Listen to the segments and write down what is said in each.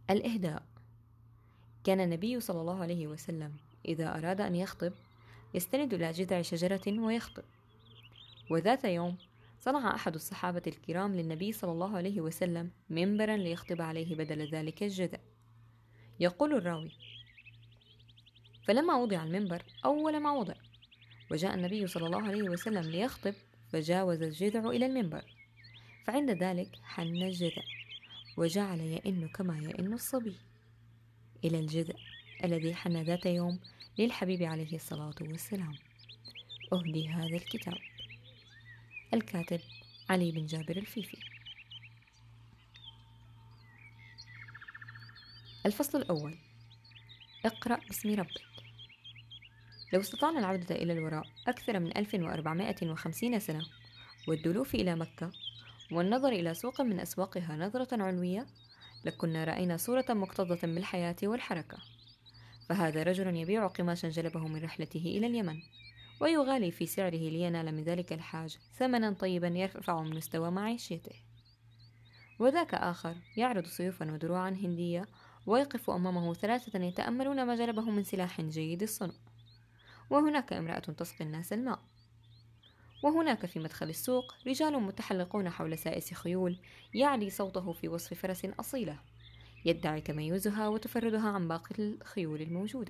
الإهداء. كان النبي صلى الله عليه وسلم إذا أراد أن يخطب يستند إلى جذع شجرة ويخطب. وذات يوم صنع أحد الصحابة الكرام للنبي صلى الله عليه وسلم منبرا ليخطب عليه بدل ذلك الجذع. يقول الراوي: فلما وضع المنبر أول ما وضع وجاء النبي صلى الله عليه وسلم ليخطب فجاوز الجذع إلى المنبر، فعند ذلك حن الجذع وجعل يئن كما يئن الصبي إلى الجذع الذي حن ذات يوم للحبيب عليه الصلاة والسلام. أهدي هذا الكتاب. الكاتب علي بن جابر الفيفي. الفصل الأول: اقرأ باسم ربك. لو استطعنا العودة إلى الوراء أكثر من 1450 سنة والدلوف إلى مكة والنظر إلى سوق من أسواقها نظرة علوية لكنا رأينا صورة مكتظة بالحياة والحركة. فهذا رجل يبيع قماشا جلبه من رحلته إلى اليمن ويغالي في سعره لينال من ذلك الحاج ثمنا طيبا يرفع من مستوى معيشته. وذاك آخر يعرض سيوفا ودروعا هندية ويقف أمامه ثلاثة يتأملون ما جلبه من سلاح جيد الصنع. وهناك امرأة تسقي الناس الماء. وهناك في مدخل السوق رجال متحلقون حول سائس خيول يعلي صوته في وصف فرس أصيلة يدعي تميزها وتفردها عن باقي الخيول الموجودة.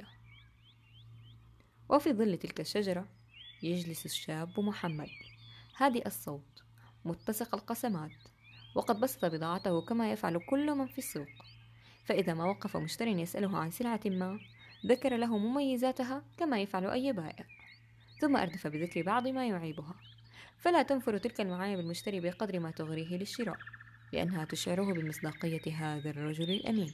وفي ظل تلك الشجرة يجلس الشاب محمد هادئ الصوت متسق القسمات وقد بسط بضاعته كما يفعل كل من في السوق، فإذا ما وقف مشتر يسأله عن سلعة ما ذكر له مميزاتها كما يفعل أي بائع، ثم أردف بذكر بعض ما يعيبها، فلا تنفر تلك المعايب المشتري بقدر ما تغريه للشراء، لأنها تشعره بمصداقية هذا الرجل الأمين.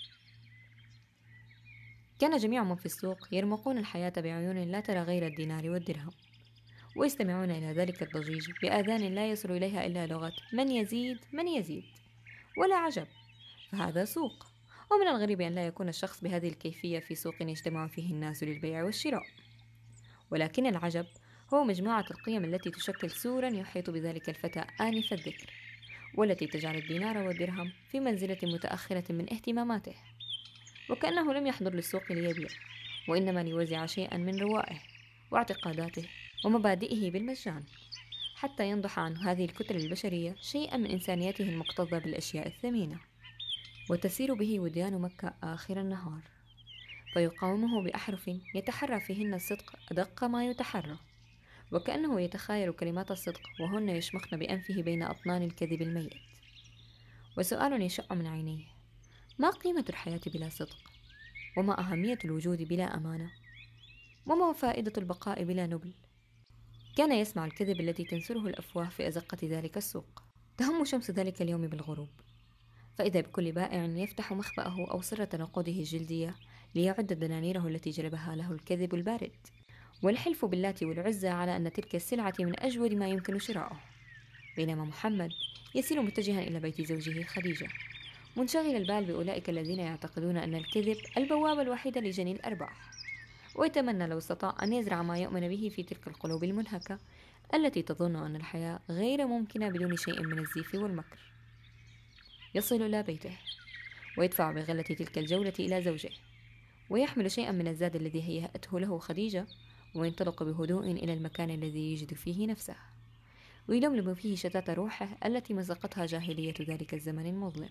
كان جميع من في السوق يرمقون الحياة بعيون لا ترى غير الدينار والدرهم، ويستمعون إلى ذلك الضجيج بآذان لا يصل إليها إلا لغة من يزيد من يزيد. ولا عجب، فهذا سوق، ومن الغريب أن لا يكون الشخص بهذه الكيفية في سوق يجتمع فيه الناس للبيع والشراء. ولكن العجب هو مجموعة القيم التي تشكل سورا يحيط بذلك الفتى آنف الذكر، والتي تجعل الدينار والدرهم في منزلة متأخرة من اهتماماته، وكأنه لم يحضر للسوق ليبيع، وإنما ليوزع شيئا من روائه واعتقاداته ومبادئه بالمجان، حتى ينضح عن هذه الكتل البشرية شيئا من إنسانيته المكتظة بالأشياء الثمينة. وتسير به وديان مكة آخر النهار فيقاومه بأحرف يتحرى فيهن الصدق أدق ما يتحرى، وكأنه يتخايل كلمات الصدق وهن يشمخن بأنفه بين أطنان الكذب الميت. وسؤال يشع من عينيه: ما قيمة الحياة بلا صدق؟ وما أهمية الوجود بلا أمانة؟ وما فائدة البقاء بلا نبل؟ كان يسمع الكذب التي تنثره الأفواه في أزقة ذلك السوق. تهم شمس ذلك اليوم بالغروب، فإذا بكل بائع يفتح مخبأه أو سرة نقوده الجلدية ليعد دنانيره التي جلبها له الكذب البارد، والحلف باللات والعزى على أن تلك السلعة من أجود ما يمكن شراؤه. بينما محمد يسير متجها إلى بيت زوجه خديجة، منشغل البال بأولئك الذين يعتقدون أن الكذب البوابة الوحيدة لجني الأرباح، ويتمنى لو استطاع أن يزرع ما يؤمن به في تلك القلوب المنهكة التي تظن أن الحياة غير ممكنة بدون شيء من الزيف والمكر. يصل إلى بيته ويدفع بغلة تلك الجولة إلى زوجه، ويحمل شيئا من الزاد الذي هيأته له خديجة، وينطلق بهدوء إلى المكان الذي يجد فيه نفسه، ويلملم فيه شتات روحه التي مزقتها جاهلية ذلك الزمن المظلم.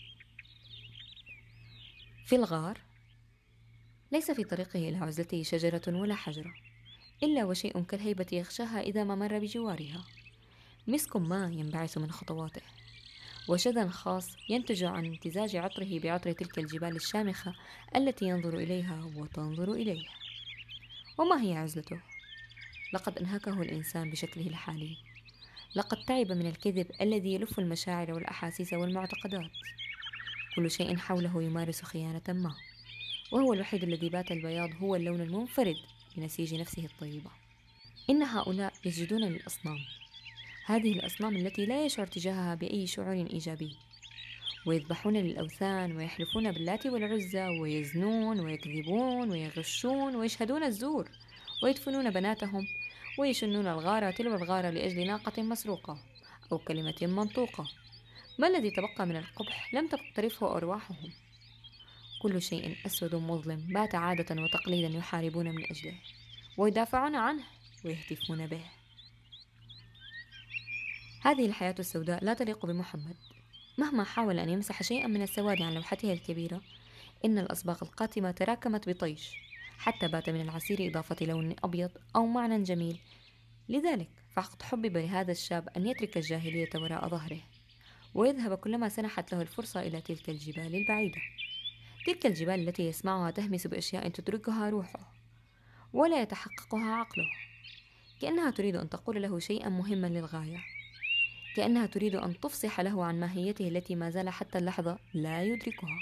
في الغار ليس في طريقه إلى عزلته شجرة ولا حجرة، إلا وشيء كالهيبة يغشاها إذا ما مر بجوارها، مسك ما ينبعث من خطواته، وشذا خاص ينتج عن امتزاج عطره بعطر تلك الجبال الشامخة التي ينظر إليها وتنظر إليه. وما هي عزلته؟ لقد أنهكه الإنسان بشكله الحالي، لقد تعب من الكذب الذي يلف المشاعر والأحاسيس والمعتقدات. كل شيء حوله يمارس خيانة ما، وهو الوحيد الذي بات البياض هو اللون المنفرد بنسيج نفسه الطيبة. إن هؤلاء يسجدون للأصنام، هذه الأصنام التي لا يشعر تجاهها بأي شعور إيجابي، ويذبحون للأوثان ويحلفون باللات والعزى ويزنون ويكذبون ويغشون ويشهدون الزور ويدفنون بناتهم ويشنون الغارة تلو الغارة لأجل ناقة مسروقة أو كلمة منطوقة. ما الذي تبقى من القبح لم تقترفه أرواحهم؟ كل شيء أسود مظلم بات عادة وتقليدا يحاربون من أجله ويدافعون عنه ويهتفون به. هذه الحياة السوداء لا تليق بمحمد. مهما حاول أن يمسح شيئا من السواد عن لوحته الكبيرة، إن الأصباغ القاتمة تراكمت بطيش حتى بات من العسير إضافة لون أبيض أو معنى جميل. لذلك فقد حبب لهذا الشاب أن يترك الجاهلية وراء ظهره ويذهب كلما سنحت له الفرصة إلى تلك الجبال البعيدة، تلك الجبال التي يسمعها تهمس بأشياء تدركها روحه ولا يتحققها عقله، كأنها تريد أن تقول له شيئا مهما للغاية، كأنها تريد أن تفصح له عن ماهيته التي ما زال حتى اللحظة لا يدركها.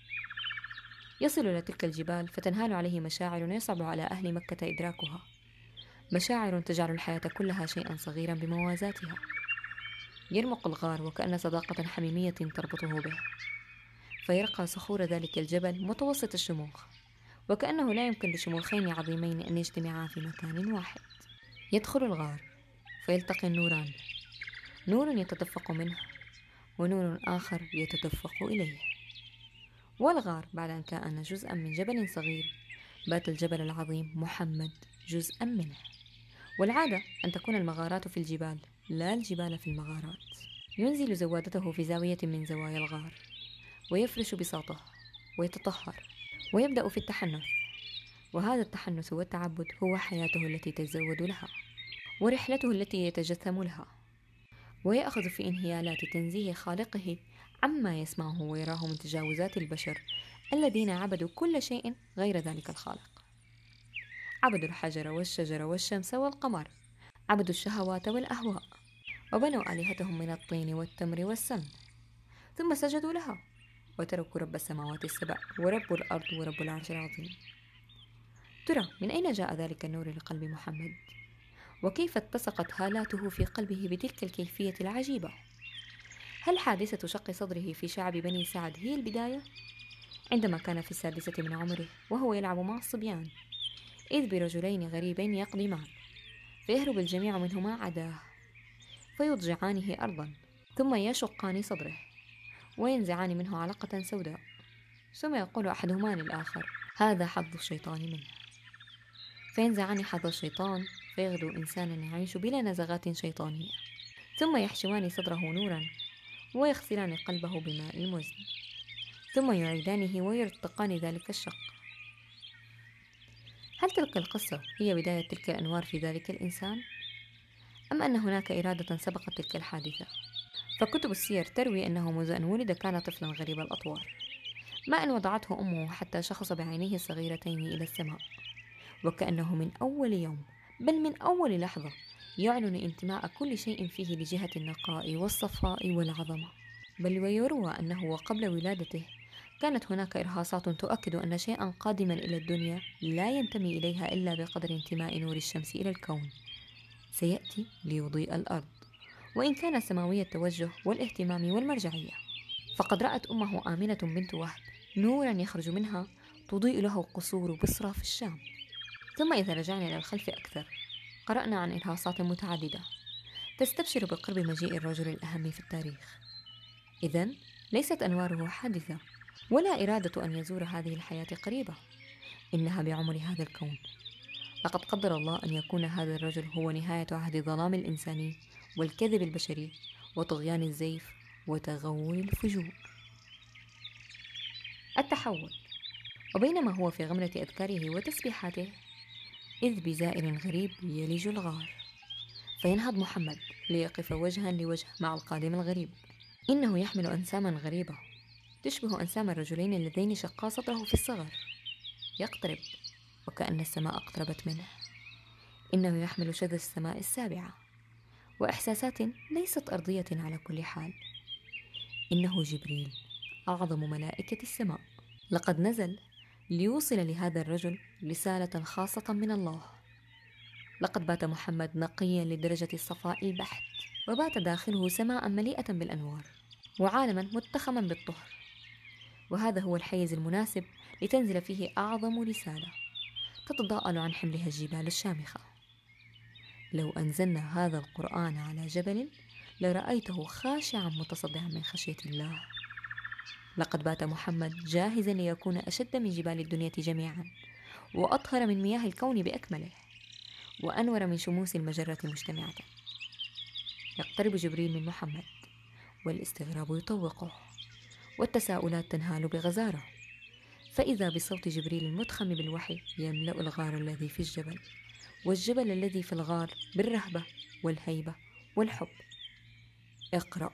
يصل إلى تلك الجبال فتنهال عليه مشاعر يصعب على أهل مكة إدراكها، مشاعر تجعل الحياة كلها شيئا صغيرا بموازاتها. يرمق الغار وكأن صداقة حميمية تربطه به، فيرقى صخور ذلك الجبل متوسط الشموخ وكأنه لا يمكن لشموخين عظيمين أن يجتمعا في مكان واحد. يدخل الغار فيلتقي النوران، نور يتدفق منه ونور آخر يتدفق إليه. والغار بعد أن كان جزءا من جبل صغير بات الجبل العظيم محمد جزءا منه. والعادة أن تكون المغارات في الجبال لا الجبال في المغارات. ينزل زوادته في زاوية من زوايا الغار ويفرش بساطه ويتطهر ويبدأ في التحنث، وهذا التحنث والتعبد هو حياته التي تزود لها ورحلته التي يتجثم لها، ويأخذ في انهيالات تنزيه خالقه عما يسمعه ويراه من تجاوزات البشر الذين عبدوا كل شيء غير ذلك الخالق. عبدوا الحجر والشجر والشمس والقمر، عبدوا الشهوات والأهواء، وبنوا آلهتهم من الطين والتمر والسن، ثم سجدوا لها وتركوا رب السماوات السبع ورب الأرض ورب العرش العظيم. ترى من أين جاء ذلك النور لقلب محمد؟ وكيف اتسقت هالاته في قلبه بتلك الكيفية العجيبة؟ هل حادثة شق صدره في شعب بني سعد هي البداية؟ عندما كان في السادسة من عمره وهو يلعب مع الصبيان، إذ برجلين غريبين يقدمان فيهرب الجميع منهما عداه فيضجعانه أرضا، ثم يشقان صدره وينزعان منه علقة سوداء، ثم يقول أحدهما للآخر هذا حظ الشيطان منه، فينزعان حظ الشيطان فيغدو إنسانا يعيش بلا نزغات شيطانية، ثم يحشوان صدره نورا ويغسلان قلبه بماء المزن، ثم يعيدانه ويرتقان ذلك الشق. هل تلك القصة هي بداية تلك الأنوار في ذلك الإنسان؟ أم أن هناك إرادة سبقت تلك الحادثة؟ فكتب السير تروي أنه منذ أن ولد كان طفلا غريب الأطوار، ما أن وضعته أمه حتى شخص بعينيه الصغيرتين إلى السماء، وكأنه من أول يوم بل من أول لحظة يعلن انتماء كل شيء فيه لجهة النقاء والصفاء والعظمة. بل ويروى أنه وقبل ولادته كانت هناك إرهاصات تؤكد أن شيئا قادما إلى الدنيا لا ينتمي إليها إلا بقدر انتماء نور الشمس إلى الكون، سيأتي ليضيء الأرض وإن كان سماوي التوجه والاهتمام والمرجعية. فقد رأت أمه آمنة بنت وهب نورا يخرج منها تضيء له قصور بصرى في الشام. ثم إذا رجعنا إلى الخلف أكثر قرأنا عن إرهاصات متعددة تستبشر بقرب مجيء الرجل الأهم في التاريخ. إذن ليست أنواره حادثة ولا إرادة أن يزور هذه الحياة قريبة، إنها بعمر هذا الكون. لقد قدر الله أن يكون هذا الرجل هو نهاية عهد الظلام الإنساني والكذب البشري وطغيان الزيف وتغول الفجور. التحول. وبينما هو في غمرة أذكاره وتسبيحاته إذ بزائر غريب يلج الغار، فينهض محمد ليقف وجها لوجه مع القادم الغريب. إنه يحمل أنساما غريبة تشبه أنسام الرجلين اللذين شقا صدره في الصغر. يقترب وكأن السماء اقتربت منه. إنه يحمل شذ السماء السابعة وإحساسات ليست أرضية على كل حال. إنه جبريل أعظم ملائكة السماء، لقد نزل ليوصل لهذا الرجل رسالة خاصة من الله. لقد بات محمد نقيا لدرجة الصفاء البحت، وبات داخله سماء مليئة بالأنوار وعالما متخما بالطهر، وهذا هو الحيز المناسب لتنزل فيه أعظم رسالة تتضاءل عن حملها الجبال الشامخة. لو أنزلنا هذا القرآن على جبل لرأيته خاشعا متصدعا من خشية الله. لقد بات محمد جاهزا ليكون أشد من جبال الدنيا جميعا، وأطهر من مياه الكون بأكمله، وأنور من شموس المجرة مجتمعة. يقترب جبريل من محمد، والاستغراب يطوقه، والتساؤلات تنهال بغزارة، فإذا بصوت جبريل المتخم بالوحي يملأ الغار الذي في الجبل، والجبل الذي في الغار بالرهبة والهيبة والحب. اقرأ،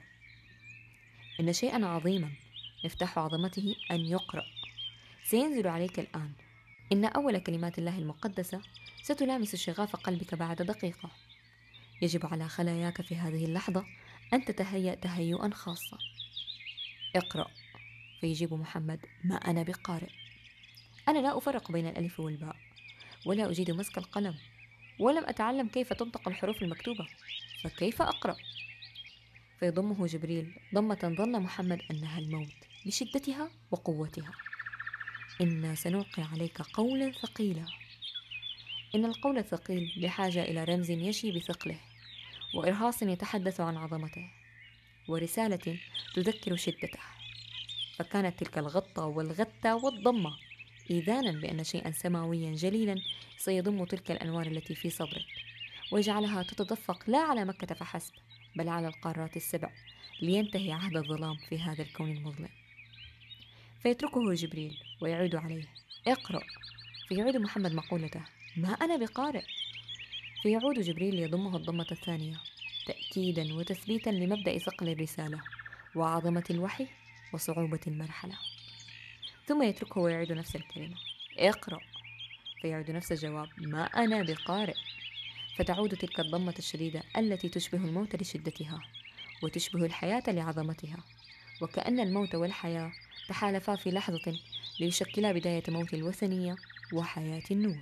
إن شيئا عظيما مفتاح عظمته أن يقرأ سينزل عليك الآن. إن أول كلمات الله المقدسة ستلامس شغاف قلبك بعد دقيقة. يجب على خلاياك في هذه اللحظة أن تتهيأ تهيئا خاصا. اقرأ. فيجيب محمد: ما أنا بقارئ. أنا لا أفرق بين الألف والباء، ولا أجيد مسك القلم، ولم أتعلم كيف تنطق الحروف المكتوبة، فكيف أقرأ؟ فيضمه جبريل ضمة ظن محمد أنها الموت لشدتها وقوتها. إنا سنلقي عليك قولا ثقيلا. إن القول الثقيل بحاجة إلى رمز يشي بثقله، وإرهاص يتحدث عن عظمته، ورسالة تذكر شدته. فكانت تلك الغطة والغتة والضمة إيذانا بأن شيئا سماويا جليلا سيضم تلك الأنوار التي في صدرك، ويجعلها تتدفق لا على مكة فحسب، بل على القارات السبع، لينتهي عهد الظلام في هذا الكون المظلم. فيتركه جبريل ويعود عليه: اقرأ. فيعيد محمد مقولته: ما أنا بقارئ. فيعود جبريل يضمه الضمة الثانية، تأكيدا وتثبيتا لمبدأ ثقل الرسالة وعظمة الوحي وصعوبة المرحلة. ثم يتركه ويعيد نفس الكلمة: اقرأ. فيعود نفس الجواب: ما أنا بقارئ. فتعود تلك الضمة الشديدة التي تشبه الموت لشدتها، وتشبه الحياة لعظمتها، وكأن الموت والحياة تحالفا في لحظة ليشكلا بداية موت الوثنية وحياة النور.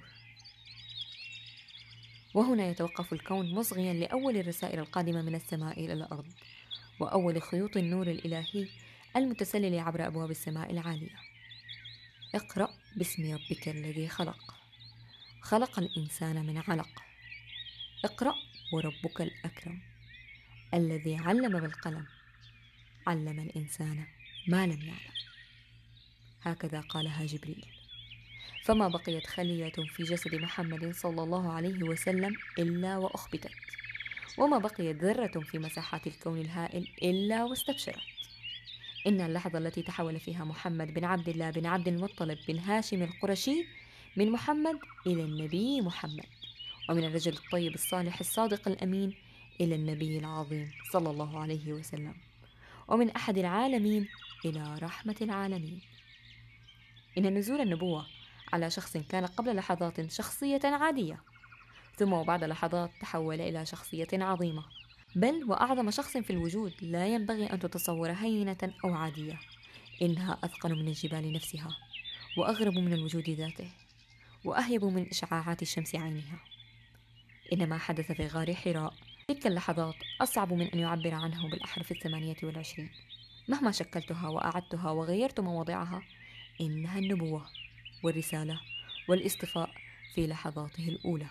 وهنا يتوقف الكون مصغيا لأول الرسائل القادمة من السماء إلى الأرض، وأول خيوط النور الإلهي المتسلل عبر أبواب السماء العالية. اقرأ باسم ربك الذي خلق، خلق الإنسان من علق. اقرأ وربك الأكرم الذي علم بالقلم، علم الإنسان ما لم يعلم. هكذا قالها جبريل. فما بقيت خلية في جسد محمد صلى الله عليه وسلم إلا وأخبتت، وما بقيت ذرة في مساحات الكون الهائل إلا واستبشرت. إن اللحظة التي تحول فيها محمد بن عبد الله بن عبد المطلب بن هاشم القرشي من محمد إلى النبي محمد، ومن الرجل الطيب الصالح الصادق الأمين إلى النبي العظيم صلى الله عليه وسلم، ومن أحد العالمين إلى رحمة العالمين. إن نزول النبوة على شخص كان قبل لحظات شخصية عادية، ثم وبعد لحظات تحول إلى شخصية عظيمة، بل وأعظم شخص في الوجود، لا ينبغي أن تتصور هينة أو عادية. إنها أثقل من الجبال نفسها، وأغرب من الوجود ذاته، وأهيب من إشعاعات الشمس عينها. إن ما حدث في غار حراء تلك اللحظات أصعب من أن يعبر عنه بالأحرف 28. مهما شكلتها وأعدتها وغيرت مواضعها، إنها النبوة والرسالة والاصطفاء في لحظاته الأولى.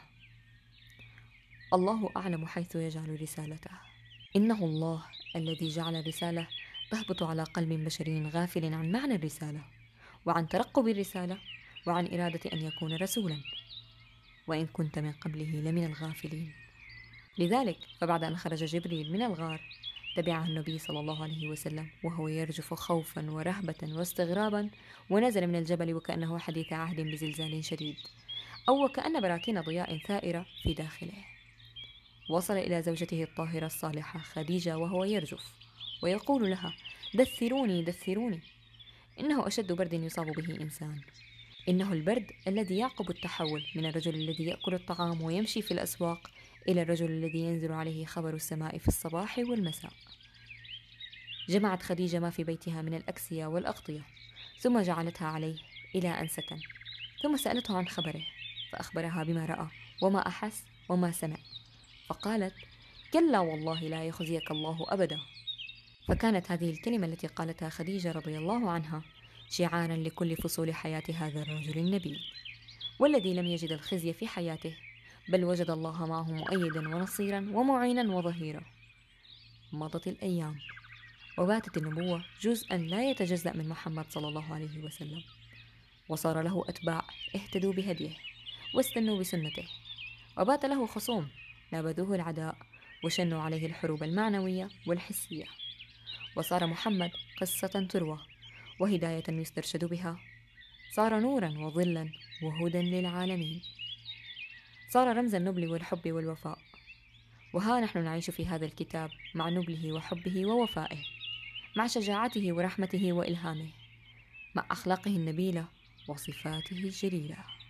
الله أعلم حيث يجعل رسالته. إنه الله الذي جعل الرسالة تهبط على قلب بشري غافل عن معنى الرسالة، وعن ترقب الرسالة، وعن إرادة أن يكون رسولا، وإن كنت من قبله لمن الغافلين. لذلك فبعد أن خرج جبريل من الغار، تبعه النبي صلى الله عليه وسلم وهو يرجف خوفا ورهبة واستغرابا، ونزل من الجبل وكأنه حديث عهد بزلزال شديد، أو وكأن براكين ضياء ثائرة في داخله. وصل إلى زوجته الطاهرة الصالحة خديجة وهو يرجف ويقول لها: دثروني دثروني، إنه أشد برد يصاب به إنسان. إنه البرد الذي يعقب التحول من الرجل الذي يأكل الطعام ويمشي في الأسواق إلى الرجل الذي ينزل عليه خبر السماء في الصباح والمساء. جمعت خديجة ما في بيتها من الأكسية والأغطية، ثم جعلتها عليه إلى أن سكن، ثم سألته عن خبره، فأخبرها بما رأى وما أحس وما سمع، فقالت: كلا والله لا يخزيك الله أبدا. فكانت هذه الكلمة التي قالتها خديجة رضي الله عنها شعارا لكل فصول حياة هذا الرجل النبي، والذي لم يجد الخزي في حياته، بل وجد الله معه مؤيدا ونصيرا ومعينا وظهيرا. مضت الأيام، وباتت النبوة جزءا لا يتجزأ من محمد صلى الله عليه وسلم، وصار له أتباع اهتدوا بهديه واستنوا بسنته، وبات له خصوم نابذوه العداء وشنوا عليه الحروب المعنوية والحسية، وصار محمد قصة تروى وهداية يسترشد بها، صار نورا وظلا وهدى للعالمين، صار رمز النبل والحب والوفاء. وها نحن نعيش في هذا الكتاب مع نبله وحبه ووفائه، مع شجاعته ورحمته وإلهامه، مع أخلاقه النبيلة وصفاته الجليلة.